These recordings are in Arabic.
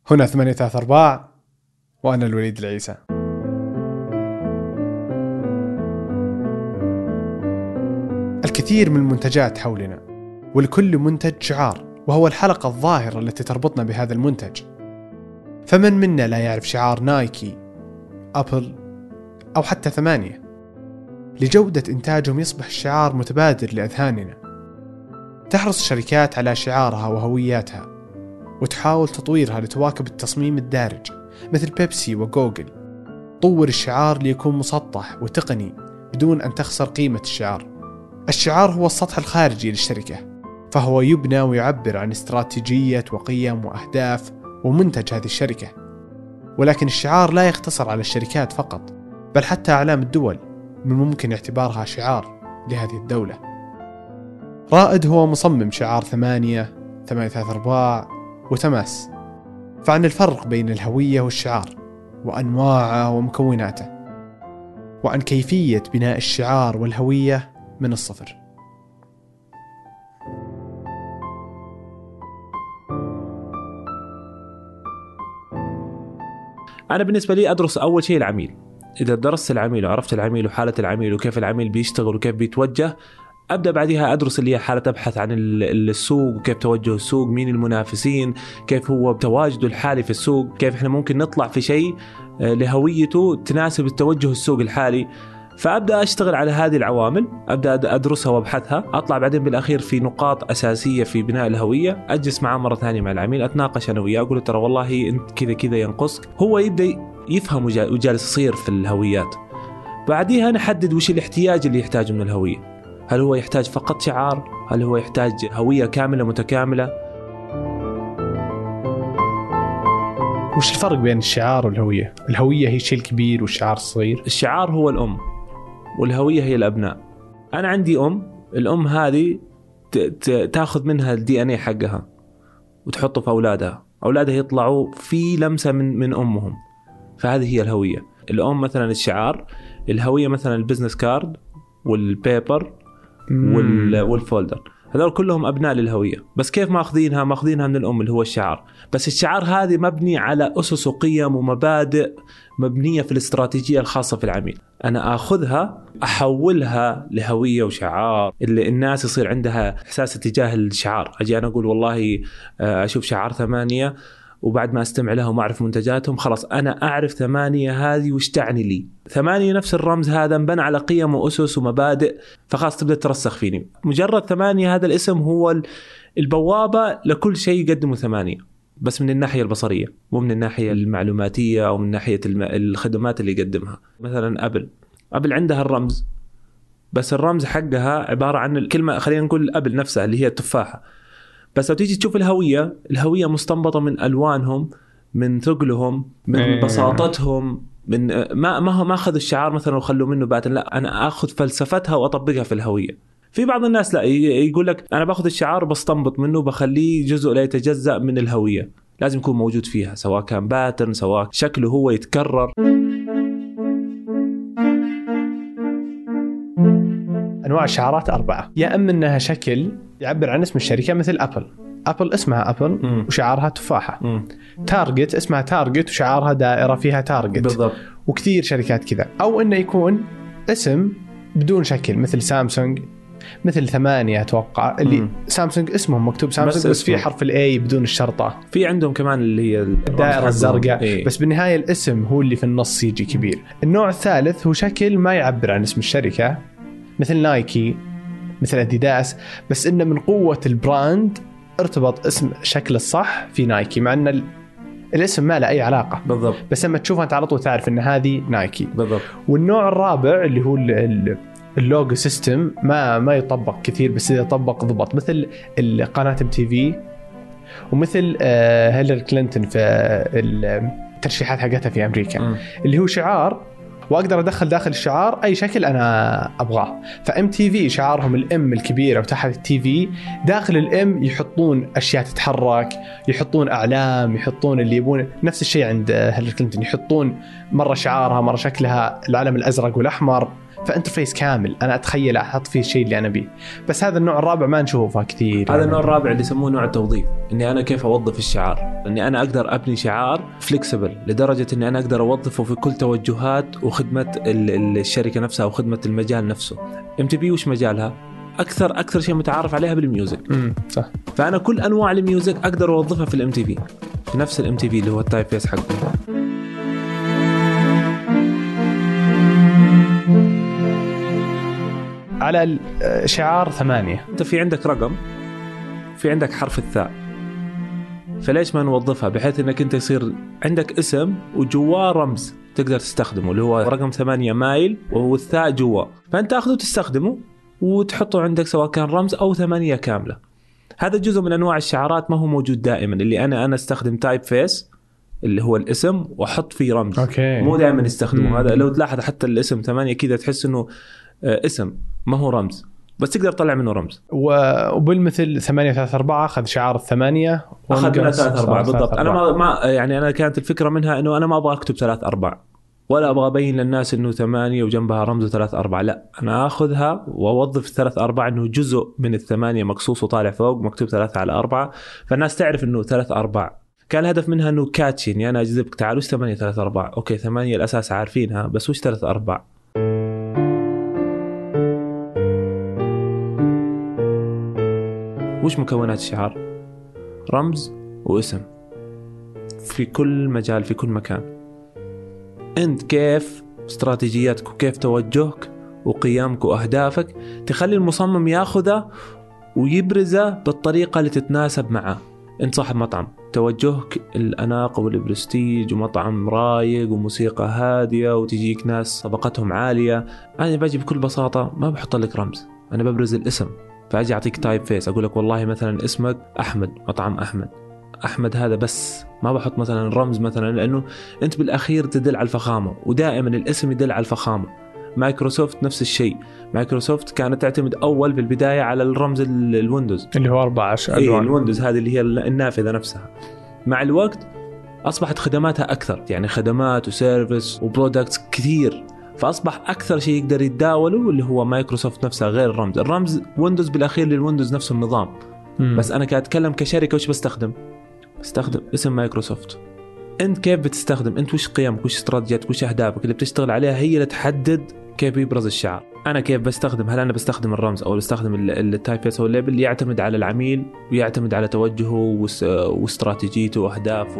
هنا 8/4 وأنا الوليد العيسى. الكثير من المنتجات حولنا، ولكل منتج شعار، وهو الحلقة الظاهرة التي تربطنا بهذا المنتج. فمن منا لا يعرف شعار نايكي، أبل، أو حتى 8؟ لجودة إنتاجهم يصبح الشعار متبادر لأذهاننا. تحرص الشركات على شعارها وهوياتها، وتحاول تطويرها لتواكب التصميم الدارج، مثل بيبسي وجوجل. طور الشعار ليكون مسطح وتقني بدون أن تخسر قيمة الشعار. الشعار هو السطح الخارجي للشركة، فهو يبنى ويعبر عن استراتيجية وقيم وأهداف ومنتج هذه الشركة. ولكن الشعار لا يقتصر على الشركات فقط، بل حتى أعلام الدول من الممكن اعتبارها شعار لهذه الدولة. رائد هو مصمم شعار 8 3/4 وتماس. فعن الفرق بين الهوية والشعار، وأنواعه ومكوناته، وعن كيفية بناء الشعار والهوية من الصفر. أنا بالنسبة لي أدرس أول شيء العميل. إذا درست العميل وعرفت العميل وحالة العميل وكيف العميل بيشتغل وكيف بيتوجه، أبدأ بعدها أدرس اللي هي حالة، أبحث عن السوق وكيف توجه السوق، مين المنافسين، كيف هو تواجده الحالي في السوق، كيف إحنا ممكن نطلع في شيء لهويته تناسب التوجه السوق الحالي. فأبدأ أشتغل على هذه العوامل، أبدأ أدرسها وأبحثها، أطلع بعدين بالأخير في نقاط أساسية في بناء الهوية. أجلس معه مرة ثانية مع العميل، أتناقش أنا وياه، أقول ترى والله أنت كذا كذا ينقصك. هو يبدأ يفهم وجالس يصير في الهويات. بعدها نحدد وش الاحتياج اللي يحتاجه من الهوية. هل هو يحتاج فقط شعار؟ هل هو يحتاج هوية كاملة متكاملة؟ وش الفرق بين الشعار والهوية؟ الهوية هي الشيء الكبير والشعار الصغير. الشعار هو الأم والهوية هي الأبناء. أنا عندي الأم هذه تأخذ منها DNA حقها وتحطه في أولادها يطلعوا في لمسة من أمهم. فهذه هي الهوية. الأم مثلا الشعار، الهوية مثلا البزنس كارد والبيبر والفولدر، هذول كلهم أبناء للهوية. بس كيف ماخذينها من الأم اللي هو الشعار. بس الشعار هذه مبني على أسس وقيم ومبادئ مبنية في الاستراتيجية الخاصة في العميل. أنا أخذها أحولها لهوية وشعار، اللي الناس يصير عندها إحساس تجاه الشعار. أجي أنا أقول والله أشوف شعار 8، وبعد ما أستمع لهم وما أعرف منتجاتهم، خلاص أنا أعرف 8 هذه وش تعني لي. 8 نفس الرمز هذا مبنى على قيم وأسس ومبادئ، فخلاص تبدأ ترسخ فيني. مجرد 8 هذا الاسم هو البوابة لكل شيء يقدمه 8، بس من الناحية البصرية، مو من الناحية المعلوماتية أو من ناحية الخدمات اللي يقدمها. مثلا أبل عندها الرمز، بس الرمز حقها عبارة عن الكلمة، خلينا نقول أبل نفسها اللي هي التفاحة. بس لو تيجي تشوف الهوية مستنبطة من ألوانهم، من ثقلهم، من بساطتهم، من ما أخذ الشعار مثلا وخلوا منه باتن. لا، أنا أخذ فلسفتها وأطبقها في الهوية. في بعض الناس لا، يقول لك أنا باخذ الشعار بستنبط منه بخليه جزء لا يتجزأ من الهوية، لازم يكون موجود فيها، سواء كان باتن، سواء شكله هو يتكرر. أنواع الشعارات 4. يا أما أنها شكل يعبر عن اسم الشركة، مثل أبل اسمها أبل وشعارها تفاحة. تارجت اسمها تارجت وشعارها دائرة فيها تارجت. بالضبط. وكثير شركات كذا. أو أنه يكون اسم بدون شكل، مثل سامسونج، مثل 8 أتوقع، اللي سامسونج اسمهم مكتوب سامسونج بس في حرف الA بدون الشرطة. في عندهم كمان اللي هي الدائرة الزرقاء. بس بالنهاية الاسم هو اللي في النص يجي كبير. النوع الثالث هو شكل ما يعبر عن اسم الشركة، مثل نايكي، مثل أديداس، بس إنه من قوة البراند ارتبط اسم شكل الصح في نايكي، مع أن الاسم ما له أي علاقة. بالضبط. بس لما تشوفها أنت على طول تعرف إن هذه نايكي. بالضبط. والنوع الرابع اللي هو اللوجو سيستم ما يطبق كثير، بس إذا طبق ضبط، مثل القناة MTV، ومثل هيلاري كلينتون في الترشيحات حقتها في أمريكا. اللي هو شعار، وأقدر أدخل داخل الشعار أي شكل أنا أبغاه. فMTV شعارهم الام الكبيرة وتحت الTV، داخل الام يحطون أشياء تتحرك، يحطون أعلام، يحطون اللي يبون. نفس الشيء عند هيلاري كلينتون، يحطون مرة شعارها، مرة شكلها العلم الأزرق والأحمر. فانترفيس كامل أنا أتخيل أحط فيه الشيء اللي أنا بيه. بس هذا النوع الرابع ما نشوفه كثير. هذا النوع الرابع اللي يسموه نوع التوظيف، إني أنا كيف أوظف الشعار، إني أنا أقدر أبني شعار فليكسبل لدرجة إني أنا أقدر أوظفه في كل توجهات وخدمة الشركة نفسها وخدمة المجال نفسه. MTV وش مجالها؟ أكثر شيء متعارف عليها بالميوزك. صح. فأنا كل أنواع الميوزك أقدر أوظفها في MTV، في نفس MTV اللي هو التايب فيس حقه. على الشعار 8 أنت في عندك رقم، في عندك حرف الثاء، فليش ما نوظفها بحيث أنك أنت يصير عندك اسم وجواه رمز تقدر تستخدمه اللي هو رقم 8 مايل والثاء جواه، فأنت أخذه وتستخدمه وتحطه عندك سواء كان رمز أو 8 كاملة. هذا جزء من أنواع الشعارات ما هو موجود دائما، اللي أنا استخدم تايب فيس اللي هو الاسم وأحط فيه رمز. أوكي. مو دائما يستخدمه هذا. لو تلاحظ حتى الاسم 8 كذا تحس إنه اسم ما هو رمز، بس تقدر تطلع منه رمز. وبالمثل 834 أخذ شعار 8 أخذنا 3-4 بالضبط. أنا ما يعني أنا كانت الفكرة منها إنه أنا ما أبغى أكتب 3-4 ولا أبغى أبين للناس إنه 8 وجنبها رمز 3-4، لا أنا أخذها وأوظف 3-4 إنه جزء من 8 مقصوص وطالع فوق مكتوب 3/4، فالناس تعرف إنه 3-4. كان الهدف منها إنه كاتشي، إني أنا أجذبك تعال وش 8/3/4. أوكي 8 الأساس عارفينها، بس وش 3/4؟ وش مكونات الشعار؟ رمز واسم في كل مجال في كل مكان. أنت كيف استراتيجياتك وكيف توجهك وقيامك وأهدافك تخلي المصمم ياخذه ويبرزه بالطريقة اللي تتناسب معه. أنت صاحب مطعم، توجهك الأناقة والبرستيج ومطعم رايق وموسيقى هادية وتجيك ناس طبقتهم عالية. أنا باجي بكل بساطة ما بحط لك رمز، أنا ببرز الاسم، فأجي أعطيك تايب فيس أقول لك والله مثلا اسمك أحمد، مطعم أحمد هذا بس، ما بحط مثلا رمز مثلا، لأنه أنت بالأخير تدل على الفخامة ودائما الاسم يدل على الفخامة. مايكروسوفت نفس الشيء، مايكروسوفت كانت تعتمد أول في البداية على الرمز الويندوز اللي هو 14 ألوان. الويندوز هذه اللي هي النافذة نفسها. مع الوقت أصبحت خدماتها أكثر، يعني خدمات وسيرفيس وبرودكتس كثير، فأصبح أكثر شيء يقدر يتداوله اللي هو مايكروسوفت نفسها غير الرمز ويندوز بالأخير للويندوز نفس النظام. بس أنا كأتكلم كشركة وش بستخدم اسم مايكروسوفت. أنت كيف بتستخدم، أنت وش قيمك وش استراتيجيتك وش أهدافك اللي بتشتغل عليها هي اللي تحدد كيف يبرز الشعار. أنا كيف بستخدم، هل أنا بستخدم الرمز أو بستخدم التايب فيس أو الليبل، يعتمد على العميل ويعتمد على توجهه واستراتيجيته وأهدافه.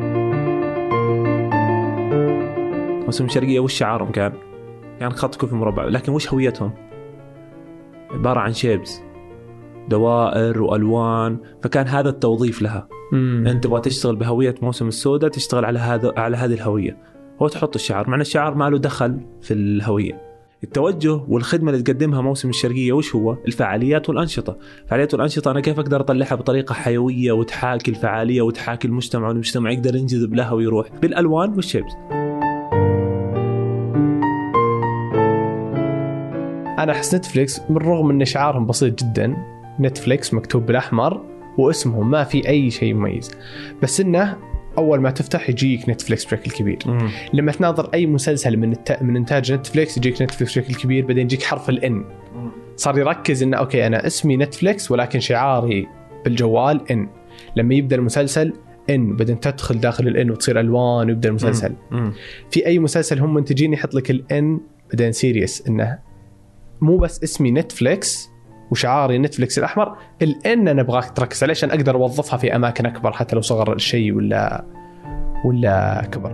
موسم الشرقية وش شعارهم كان خط كوفي مربع، لكن وش هويتهم؟ عبارة عن شيبس، دوائر وألوان، فكان هذا التوظيف لها. أنت تبغى تشتغل بهوية موسم السوداء، تشتغل على هذه الهوية، هو تحط الشعار، مع أن الشعار ما له دخل في الهوية. التوجه والخدمة اللي تقدمها موسم الشرقية وش هو؟ الفعاليات والأنشطة. الفعاليات والأنشطة أنا كيف أقدر أطلعها بطريقة حيوية وتحاكي الفعالية وتحاكي المجتمع، والمجتمع يقدر ينجذب لها ويروح؟ بالألوان والشيبس. أنا أحس نتفليكس بالرغم أن شعارهم بسيط جدا، نتفليكس مكتوب بالأحمر واسمهم ما في أي شيء مميز، بس إنه أول ما تفتح يجيك نتفليكس بشكل كبير. لما تناظر أي مسلسل من إنتاج نتفليكس يجيك نتفليكس بشكل كبير، بعدين يجيك حرف الإن، صار يركز إنه أوكي أنا اسمي نتفليكس ولكن شعاري بالجوال إن. لما يبدأ المسلسل إن، بعدين تدخل داخل الإن وتصير ألوان ويبدأ المسلسل. في أي مسلسل هم منتجين يحط لك الإن بعدين سيريس، إنه مو بس اسمي نتفليكس وشعاري نتفليكس الأحمر، الإن أنا أبغاك تركز عليه عشان أقدر أوظفها في أماكن أكبر حتى لو صغر الشيء ولا كبر.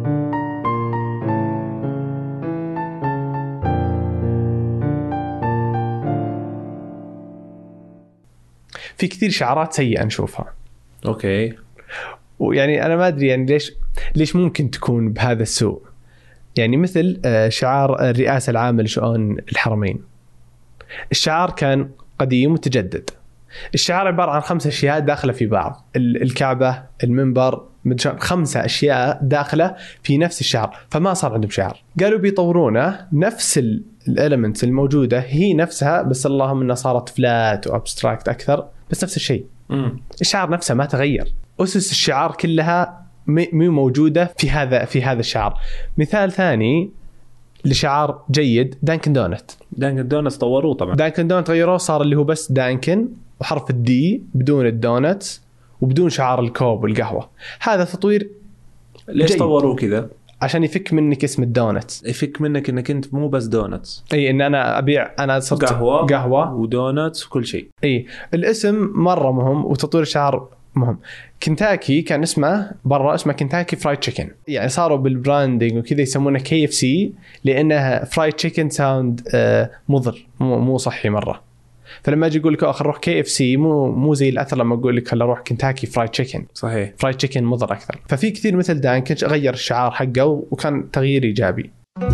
في كثير شعارات سيئة نشوفها. أوكي. ويعني أنا ما أدري يعني ليش ممكن تكون بهذا السوء. يعني مثل شعار الرئاسة العامة لشؤون الحرمين، الشعار كان قديم وتجدد. الشعار عبارة عن 5 أشياء داخلة في بعض، الكعبة، المنبر، 5 أشياء داخلة في نفس الشعار، فما صار عندهم شعار. قالوا بيطورونه نفس الاليمنتس الموجودة هي نفسها، بس اللهم انها صارت فلات وابستراكت أكثر، بس نفس الشيء. الشعار نفسه ما تغير، أسس الشعار كلها مو موجودة في هذا الشعار. مثال ثاني، لشعار جيد دانكن دونت. دانكن دونتس طوروه طبعا. دانكن دونت غيروه صار اللي هو بس دانكن وحرف الدي بدون الدونت وبدون شعار الكوب والقهوة. هذا تطوير. ليش جيد. طوروه كذا؟ عشان يفك منك اسم الدونت، يفك منك انك انت مو بس دونتس، اي ان انا ابيع، انا صرت قهوة ودونتس وكل شيء. اي الاسم مرة مهم وتطوير شعار مهم. كنتاكي كان اسمه برا اسمه كنتاكي فرايد تشيكن، يعني صاروا بالبراندنج وكذا يسمونه KFC لانها فرايد تشيكن ساوند مضر، مو صحي مرة. فلما اجي اقول لك اخر روح KFC مو زي الاثر لما اقول لك هلا روح كنتاكي فرايد تشيكن. صحيح، فرايد تشيكن مضر اكثر. ففي كثير مثل دانكن غير الشعار حقه وكان تغيير ايجابي.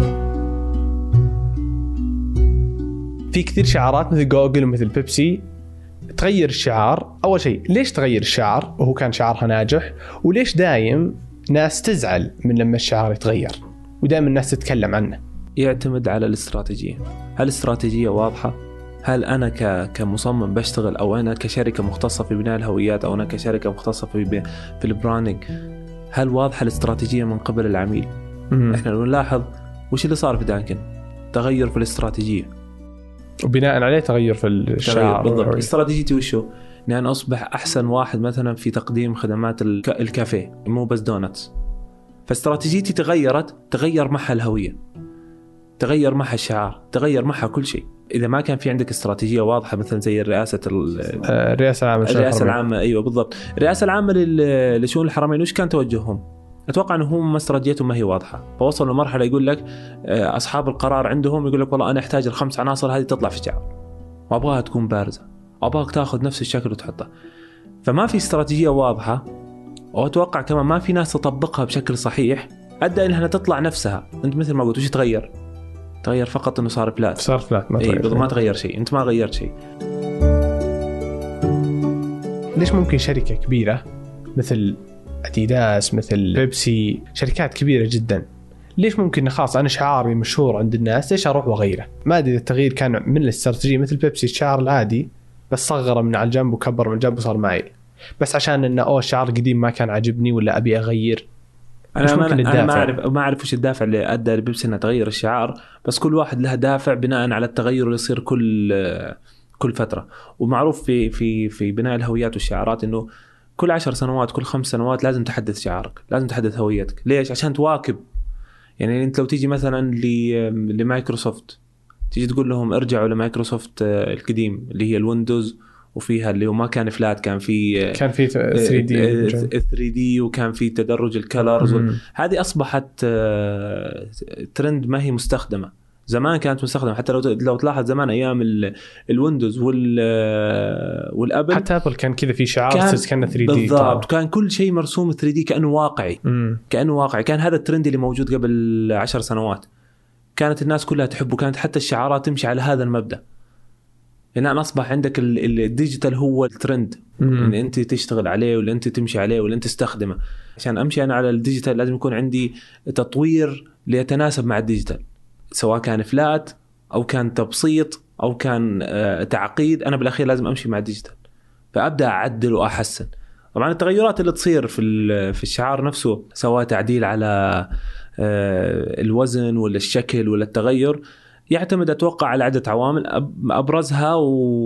في كثير شعارات مثل جوجل ومثل بيبسي تغير الشعار. اول شيء ليش تغير الشعار وهو كان شعارها ناجح؟ وليش دايم ناس تزعل من لما الشعار يتغير ودائما الناس تتكلم عنه؟ يعتمد على الاستراتيجية. هل الاستراتيجية واضحة؟ هل أنا كمصمم بشتغل، أو أنا كشركة مختصة في بناء الهويات، أو أنا كشركة مختصة في البراندنج، هل واضحة الاستراتيجية من قبل العميل؟ إحنا نلاحظ وش اللي صار في دانكن، تغير في الاستراتيجية وبناء عليه تغير في الشعار. بالضبط. استراتيجيتي وشو؟ إن أنا أصبح أحسن واحد مثلا في تقديم خدمات الكافيه، مو بس دونتس. فاستراتيجيتي تغيرت، تغير معها الهوية، تغير معها الشعار، تغير معها كل شيء. إذا ما كان في عندك استراتيجية واضحة مثلا زي الرئاسة العامة. أيوة بالضبط. الرئاسة العامة لشؤون الحرمين وش كان توجههم؟ أتوقع أنه هم استراتيجيتهم ما هي واضحة، فوصلوا لمرحلة يقول لك أصحاب القرار عندهم يقول لك والله أنا أحتاج ال5 عناصر هذه تطلع في الشعار، وأبغاها تكون بارزة، أبغاك تأخذ نفس الشكل وتحطها. فما في استراتيجية واضحة، وأتوقع كمان ما في ناس تطبقها بشكل صحيح، أدى إنها تطلع نفسها. أنت مثل ما قلت وش تغير فقط انه صار فلات ما تغير شيء، انت ما غيرت شيء. ليش ممكن شركة كبيرة مثل اديداس، مثل بيبسي، شركات كبيرة جدا، ليش ممكن خلاص انا شعاري مشهور عند الناس ليش اروح واغيره؟ ما ادري التغيير كان من الاستراتيجية مثل بيبسي الشعار العادي بس صغره من على الجنب وكبر من الجنب وصار مايل، بس عشان انه الشعار القديم ما كان عاجبني ولا ابي اغير. أنا ما أعرف وش الدافع اللي أدى لبيبسي أنها تغير الشعار، بس كل واحد له دافع بناء على التغير اللي يصير كل فترة. ومعروف في بناء الهويات والشعارات إنه كل 10 سنوات كل 5 سنوات لازم تحدث شعارك، لازم تحدث هويتك. ليش؟ عشان تواكب. يعني أنت لو تيجي مثلا لمايكروسوفت تيجي تقول لهم ارجعوا لمايكروسوفت القديم اللي هي الويندوز، وفيها اللي هو ما كان فلات، كان في 3D وكان في تدرج الكالرز. هذه أصبحت ترند ما هي مستخدمة. زمان كانت مستخدمة، حتى لو تلاحظ زمان أيام الويندوز والأبل، حتى أبل كان كذا في شعار كان 3D بالضبط، كان كل شيء مرسوم 3D كأنه واقعي. كان هذا الترند اللي موجود قبل 10 سنوات، كانت الناس كلها تحبه، كانت حتى الشعارات تمشي على هذا المبدأ. لأن أصبح عندك الديجيتال هو الترند، إن أنت تشتغل عليه ولا أنت تمشي عليه ولا أنت تستخدمه. عشان أمشي أنا على الديجيتال لازم يكون عندي تطوير ليتناسب مع الديجيتال، سواء كان فلات أو كان تبسيط أو كان تعقيد. أنا بالأخير لازم أمشي مع الديجيتال، فأبدأ أعدل وأحسن. طبعا التغيرات اللي تصير في الشعار نفسه، سواء تعديل على الوزن ولا الشكل ولا التغير، يعتمد أتوقع على عدة عوامل، أبرزها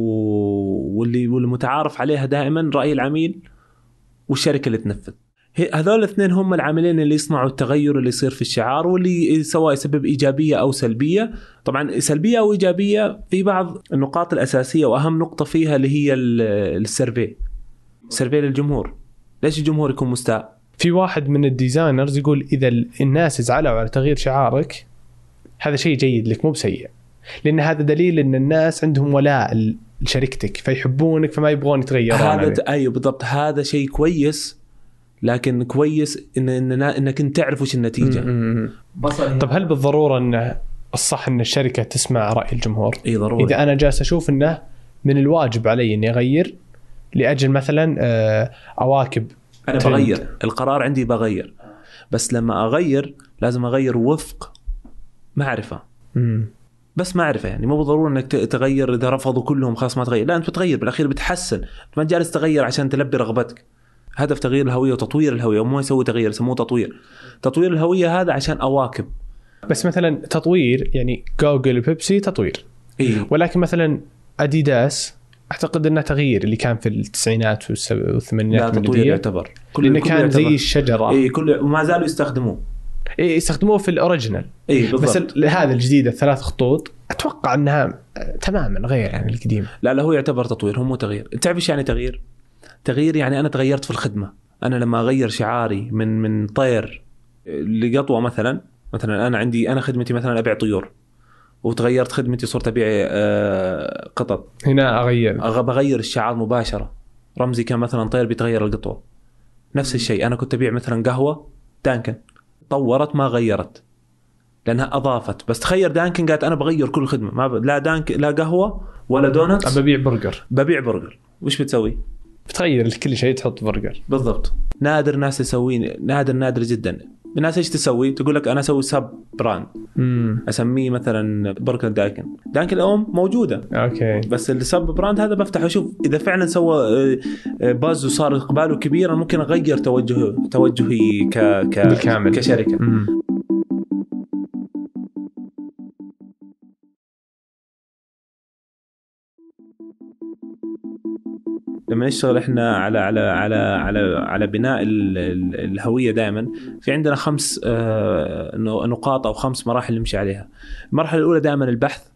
واللي متعارف عليها دائما رأي العميل والشركة اللي تنفذ. هذول الاثنين هم العاملين اللي يصنعوا التغير اللي يصير في الشعار، واللي سواء يسبب إيجابية أو سلبية. طبعا سلبية أو إيجابية في بعض النقاط الأساسية، وأهم نقطة فيها اللي هي السيرفي للجمهور. ليش الجمهور يكون مستاء؟ في واحد من الديزاينرز يقول إذا الناس زعلوا على تغيير شعارك هذا شيء جيد لك مو بسيء، لأن هذا دليل أن الناس عندهم ولاء لشركتك فيحبونك فما يبغون يتغيرون. أيوة بالضبط، هذا شيء كويس، لكن كويس إنك أنت تعرف وش النتيجة. طب هل بالضرورة أن الصح أن الشركة تسمع رأي الجمهور؟ ضروري. إذا أنا جالس أشوف أنه من الواجب علي أني أغير لأجل مثلا أواكب، أنا بغير القرار عندي بغير، بس لما أغير لازم أغير وفق معرفة. بس معرفة، يعني مو بالضرورة انك تغير اذا رفضوا كلهم خلاص ما تغير، لا انت بتغير بالاخير بتحسن، ما جالس تغير عشان تلبي رغبتك. هدف تغيير الهوية وتطوير الهوية، ومو يسوي تغيير، يسموه تطوير الهوية هذا عشان اواكب. بس مثلا تطوير يعني جوجل وبيبسي تطوير، إيه؟ ولكن مثلا اديداس اعتقد انه تغيير اللي كان في التسعينات والثمانينات لا تطوير يعتبر، لانه كان يعتبر. زي الشجره. إيه كل وما زالوا يستخدموه. إيه يستخدموه في الاوريجينال. إيه بالضبط. بس هذا الجديد الثلاث خطوط اتوقع انها تماما غير عن القديم. لا هو يعتبر تطوير، هو مو تغيير. تعرف ايش يعني تغيير؟ تغيير يعني انا تغيرت في الخدمه. انا لما اغير شعاري من طير لقطوه مثلا انا خدمتي مثلا ابيع طيور، وتغيرت خدمتي صرت ابيع قطط. هنا بغير الشعار مباشره. رمزي كان مثلا طير، بيتغير القطوه. نفس الشيء انا كنت ابيع مثلا قهوه دانكن، طورت ما غيرت لانها اضافت. بس تخير دانكن قالت انا بغير كل الخدمه، ما لا دانكن لا قهوه ولا دونتس، ببيع برجر. وش بتسوي؟ بتغير كل شيء، تحط برجر. بالضبط. نادر ناس يسوين، نادر جدا. الناس ايش تسوي؟ تقول لك انا اسوي سب براند، اسميه مثلا برجر دانكن الام موجوده اوكي، بس السب براند هذا بفتح اشوف اذا فعلا سوى باز وصار اقباله كبير، انا ممكن اغير توجهي بالكامل كشركه. لما نشتغل احنا على بناء الهويه، دائما في عندنا 5 نقاط او 5 مراحل نمشي عليها. المرحله الاولى دائما البحث،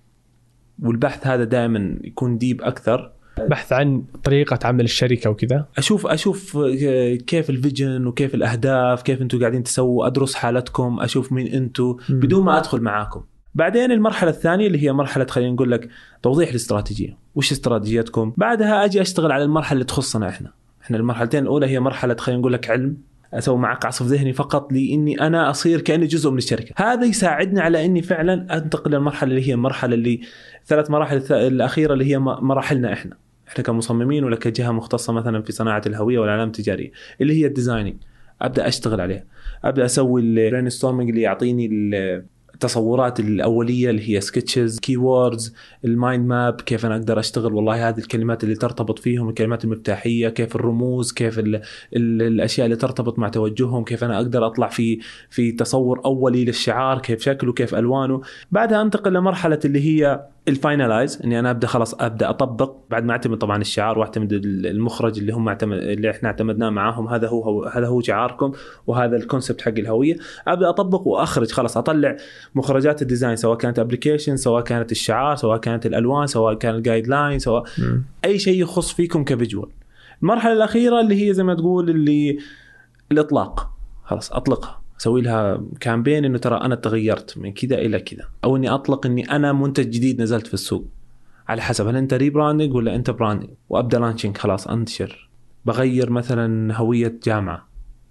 والبحث هذا دائما يكون ديب اكثر، بحث عن طريقه عمل الشركه وكذا. اشوف كيف الفيجن وكيف الاهداف، كيف انتم قاعدين تسووا، ادرس حالتكم، اشوف مين انتم بدون ما ادخل معاكم. بعدين المرحله الثانيه اللي هي مرحله خلينا نقول لك توضيح الاستراتيجيه، وش استراتيجيتكم. بعدها اجي اشتغل على المرحله اللي تخصنا احنا المرحلتين الاولى هي مرحله خلينا نقول لك علم، اسوي معك عصف ذهني فقط لاني انا اصير كاني جزء من الشركه. هذا يساعدني على اني فعلا انتقل للمرحله اللي هي المرحله اللي 3 مراحل الاخيره اللي هي مراحلنا احنا كمصممين ولا كجهه مختصه مثلا في صناعه الهويه والعلامه التجاريه، اللي هي الديزايننج. ابدا اشتغل عليها، ابدا اسوي البرين ستورمينج اللي يعطيني التصورات الأولية اللي هي سكتشز، كيوردز، المايند ماب، كيف أنا أقدر أشتغل والله هذه الكلمات اللي ترتبط فيهم، الكلمات المفتاحية، كيف الرموز، كيف الأشياء اللي ترتبط مع توجههم، كيف أنا أقدر أطلع في تصور أولي للشعار، كيف شكله، كيف ألوانه. بعدها أنتقل لمرحلة اللي هي الفاينلايز، اني انا ابدا اطبق بعد ما اعتمد طبعا الشعار واعتمد المخرج اللي احنا اعتمدناه معاهم، هذا هو شعاركم وهذا الكونسبت حق الهويه. ابدا اطبق واخرج، خلاص اطلع مخرجات الديزاين، سواء كانت ابلكيشن، سواء كانت الشعار، سواء كانت الالوان، سواء كان الجايد لاين، سواء اي شيء يخص فيكم كفيجوال. المرحله الاخيره اللي هي زي ما تقول اللي الاطلاق، خلاص اطلقها، اسوي لها كامبين انه ترى انا تغيرت من كذا الى كذا، او اني اطلق اني انا منتج جديد نزلت في السوق، على حسب هل انت ريبراندنج ولا انت براندنج، وابدا لانشينج، خلاص انتشر. بغير مثلا هويه جامعه،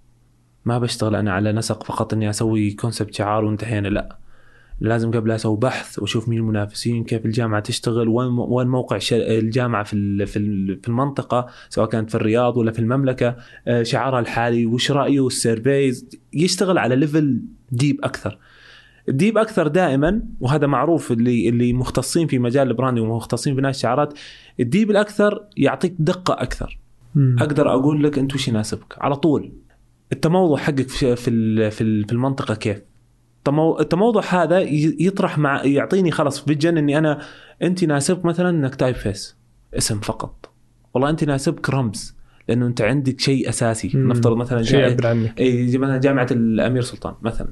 ما بشتغل انا على نسق فقط اني اسوي كونسبت شعار وانتهينا، لا، لازم قبل اسوي بحث واشوف مين المنافسين، كيف الجامعه تشتغل، وين موقع الجامعه في المنطقه، سواء كانت في الرياض ولا في المملكه، شعارها الحالي، وش رايه السيرفيز. يشتغل على ليفل ديب اكثر دائما، وهذا معروف. اللي مختصين في مجال البراندنج ومختصين في بناء الشعارات، الديب الاكثر يعطيك دقه اكثر. اقدر اقول لك انت وش يناسبك على طول. التموضع حقك في المنطقه كيف، التموضع هذا يطرح يعطيني خلاص فيجن اني انت يناسبك مثلا انك تايب فيس اسم فقط، والله انت يناسبك رمز لانه انت عندك شيء اساسي. نفترض مثلا مثلا جامعه الامير سلطان مثلا،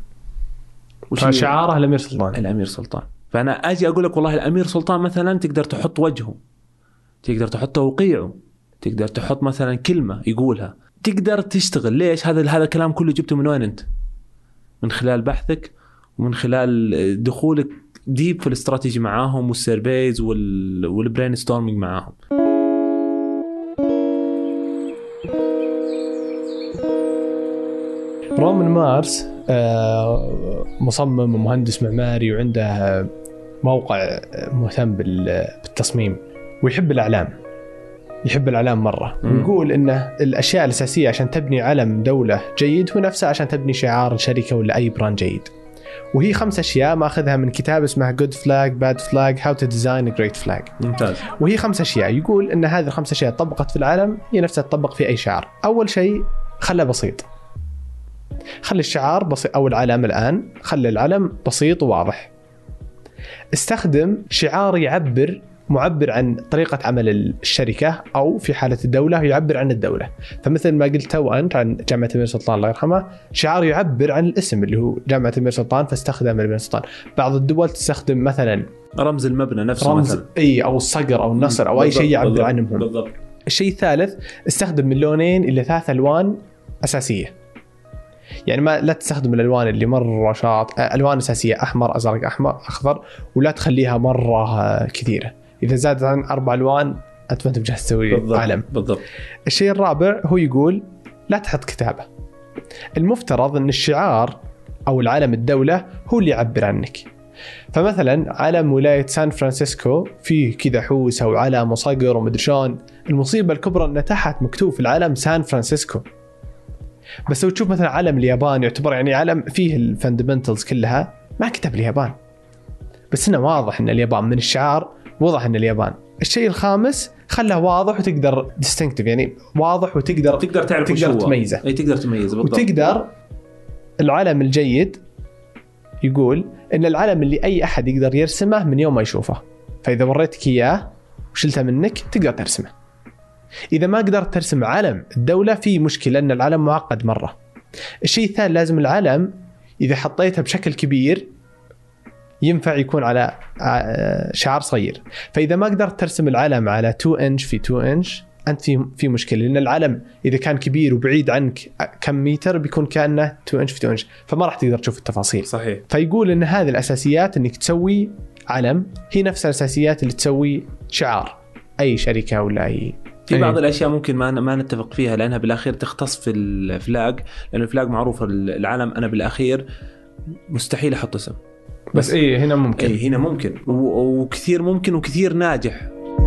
شعاره الامير سلطان، فانا اجي اقول لك والله الامير سلطان مثلا تقدر تحط وجهه، تقدر تحط توقيعه، تقدر تحط مثلا كلمه يقولها، تقدر تشتغل. ليش هذا الكلام كله جبته من وين؟ انت من خلال بحثك ومن خلال دخولك ديب في الاستراتيجي معاهم والسيرفيز والبرين ستورمينج معاهم. رومان مارس مصمم ومهندس معماري، وعنده موقع مهتم بالتصميم، ويحب الأعلام مرة. ويقول إنه الأشياء الأساسية عشان تبني علم دولة جيد هو نفسها عشان تبني شعار شركة ولا أي براند جيد. وهي 5 أشياء ماخذها من كتاب اسمه Good Flag, Bad Flag, How to Design a Great Flag. ممتاز. وهي 5 أشياء، يقول إن هذه 5 أشياء طبقت في العالم هي نفسها تطبق في أي شعار. أول شيء خلى بسيط، خلي الشعار بسيط، أو العلم الآن خلي العلم بسيط وواضح. استخدم شعار معبر عن طريقة عمل الشركة، أو في حالة الدولة يعبر عن الدولة. فمثل ما قلت أنت عن جامعة الأمير سلطان الله يرحمه، شعار يعبر عن الاسم اللي هو جامعة الأمير سلطان، فاستخدم الأمير سلطان. بعض الدول تستخدم مثلا رمز المبنى نفسه، مثلا أو الصقر أو النصر أو أي شيء يعبر عنهم. بالضبط. الشيء الثالث، استخدم من 2 إلى 3 ألوان أساسية. يعني ما لا تستخدم الألوان اللي مرة ألوان أساسية، أحمر أزرق أحمر أخضر، ولا تخليها مرة كثيرة. إذا زادت عن 4 ألوان أنت ما تبجه تسوي علم. بالضبط. الشيء الرابع هو يقول لا تحط كتابة. المفترض أن الشعار أو العلم الدولة هو اللي يعبر عنك. فمثلا علم ولاية سان فرانسيسكو فيه كذا حوسة وعلم وصقر ومدري شلون. المصيبة الكبرى أن تحت مكتوب في العلم سان فرانسيسكو، بس لو تشوف مثلا علم اليابان يعتبر يعني علم فيه الفاندمنتالز كلها، ما كتب اليابان، بس هنا واضح ان اليابان من الشعار، وضح ان اليابان. الشيء الخامس خله واضح وتقدر ديستنكتيف، يعني واضح وتقدر تعرف تقدر تميزه. اي تقدر تميزه بالضبط. وتقدر العلم الجيد يقول ان العلم اللي اي احد يقدر يرسمه من يوم ما يشوفه، فاذا وريتك اياه وشلته منك تقدر ترسمه. إذا ما قدرت ترسم علم الدولة في مشكلة، لأن العلم معقد مرة. الشيء الثاني، لازم العلم إذا حطيته بشكل كبير ينفع يكون على شعار صغير. فإذا ما قدرت ترسم العلم على 2 إنش في 2 إنش أنت في مشكلة، لأن العلم إذا كان كبير وبعيد عنك كم متر بيكون كأنه 2 إنش في 2 إنش، فما راح تقدر تشوف التفاصيل. صحيح. فيقول إن هذه الأساسيات إنك تسوي علم هي نفس الأساسيات اللي تسوي شعار أي شركة ولا أي. في بعض الأشياء ممكن ما نتفق فيها، لأنها بالأخير تختص في الفلاج، لأن الفلاج معروف العلم. أنا بالأخير مستحيل أحط اسم، بس هنا ممكن. هنا ممكن، وكثير ممكن، وكثير ناجح.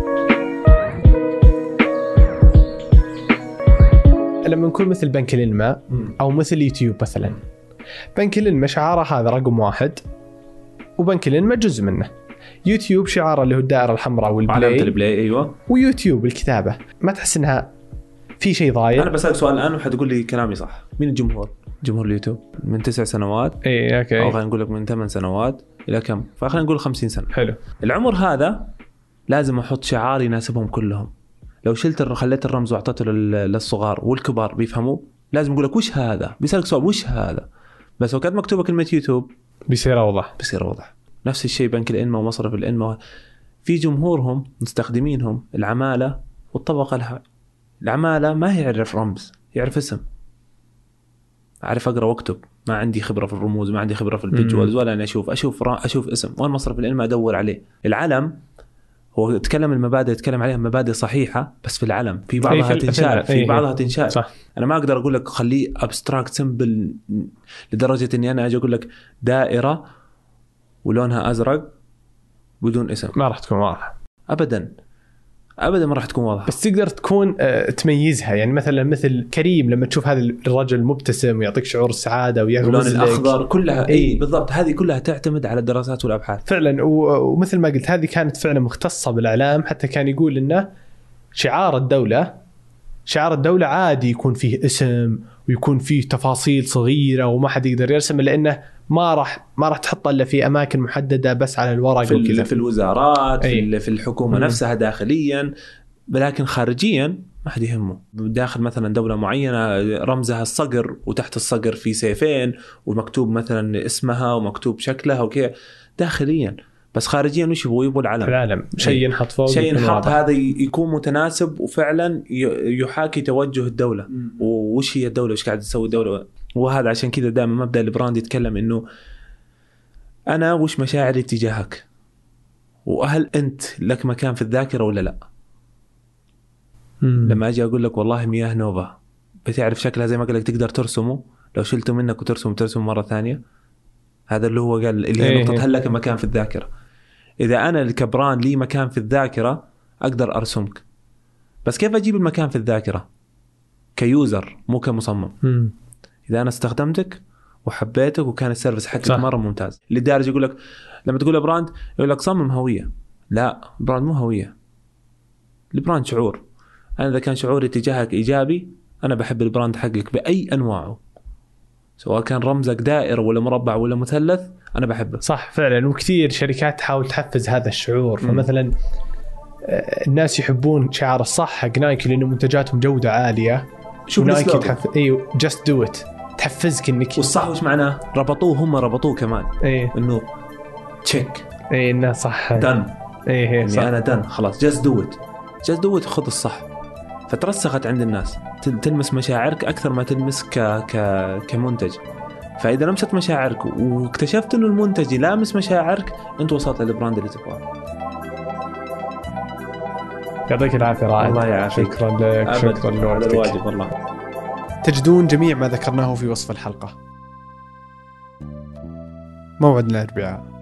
لما نكون مثل بنك الإنماء أو مثل يوتيوب مثلا، بنك الإنماء شعاره هذا رقم 1، وبنك الإنماء جزء منه. يوتيوب شعاره اللي هو الدائرة الحمراء والبلاي، علامة البلاي. أيوة. ويوتيوب الكتابة. ما تحس إنها في شيء ضايع؟ أنا بسألك سؤال الآن وحتقول لي كلامي صح. مين الجمهور؟ جمهور اليوتيوب من 9 سنوات، أوكي، أو خلينا نقول لك من 8 سنوات إلى كم، فخلينا نقول 50 سنة. حلو. العمر هذا لازم أحط شعار يناسبهم كلهم. لو خليت الرمز وأعطيته للصغار والكبار بيفهموا، لازم أقول لك وش هذا، بيسألك سؤال وش هذا، بس لو كانت مكتوبة كلمة يوتيوب بيصير أوضح. نفس الشيء بنك الإنماء ومصرف الإنماء، في جمهورهم مستخدمينهم العمالة والطبقة العمالة ما يعرف رمز، يعرف اسم. أعرف أقرأ واكتب، ما عندي خبرة في الرموز، ما عندي خبرة في الفيجوالز، ولا أنا أشوف اسم وين مصرف الإنماء أدور عليه. العلم هو يتكلم المبادئ، يتكلم عليها مبادئ صحيحة، بس في العلم في بعضها تنشال، في بعضها تنشال. صح. أنا ما أقدر أقول لك خليه أبستراكت سمبل لدرجة إني أنا أجي أقول لك دائرة ولونها أزرق بدون اسم، ما راح تكون واضحة أبدا ما راح تكون واضحة. بس تقدر تكون تميزها. يعني مثل كريم لما تشوف هذا الرجل مبتسم ويعطيك شعور السعادة واللون الأخضر كلها بالضبط. هذه كلها تعتمد على الدراسات والأبحاث فعلا. ومثل ما قلت هذه كانت فعلا مختصة بالإعلام. حتى كان يقول إنه شعار الدولة عادي يكون فيه اسم ويكون فيه تفاصيل صغيرة وما حد يقدر يرسم، لأنه ما راح تحطه إلا في أماكن محددة بس على الورق وكذا، في الوزارات، في الحكومة نفسها داخليا، لكن خارجيا ما حد يهمه. داخل مثلا دولة معينة رمزها الصقر، وتحت الصقر في سيفين ومكتوب مثلا اسمها ومكتوب شكلها وكذا داخليا، بس خارجيا وش يبغوا العالم شيء ينحط فوق، شيء ينحط هذا يكون متناسب وفعلا يحاكي توجه الدولة وش هي الدولة، وش قاعد تسوي الدولة. وهذا عشان كذا دائما مبدأ البراند يتكلم إنه أنا وش مشاعري تجاهك، وهل أنت لك مكان في الذاكرة ولا لا. لما أجي أقول لك والله مياه نوفا بتعرف شكلها زي ما قال لك تقدر ترسمه، لو شلته منك وترسم مرة ثانية، هذا اللي هو قال اللي هي نقطة هل لك مكان في الذاكرة. إذا أنا الكبران لي مكان في الذاكرة أقدر أرسمك، بس كيف أجيب المكان في الذاكرة كيوزر مو كمصمم؟ إذا أنا استخدمتك وحبيتك وكان السيرفيس حقك مرة ممتاز، لدرجة يقول لك لما تقول براند يقول لك صمم هوية. لا، براند مو هوية، البراند شعور. أنا إذا كان شعوري تجاهك إيجابي أنا بحب البراند حقك بأي أنواعه، سواء كان رمزك دائرة ولا مربع ولا مثلث أنا بحبه. صح فعلا، وكثير شركات تحاول تحفز هذا الشعور. فمثلا الناس يحبون شعار الصح حق نايكي لأنه منتجاتهم جودة عالية. شوف نايكي ايوه جاست دو ات، تحفزك انك. والصح وش معناه؟ ربطوه كمان انه تشيك الناس صح دن صح. انا دن خلاص جاست دو ات خذ الصح. فترسخت عند الناس، تلمس مشاعرك اكثر ما تلمس كمنتج. فاذا لمست مشاعرك واكتشفت انه المنتج يلامس مشاعرك، انت وصلت للبراند اللي تبغاه. يعطيك العافيه رائد. الله يعافيك. شكرا لك. شكرا لوقتك. الواجب والله. تجدون جميع ما ذكرناه في وصف الحلقه. موعدنا الأربعاء.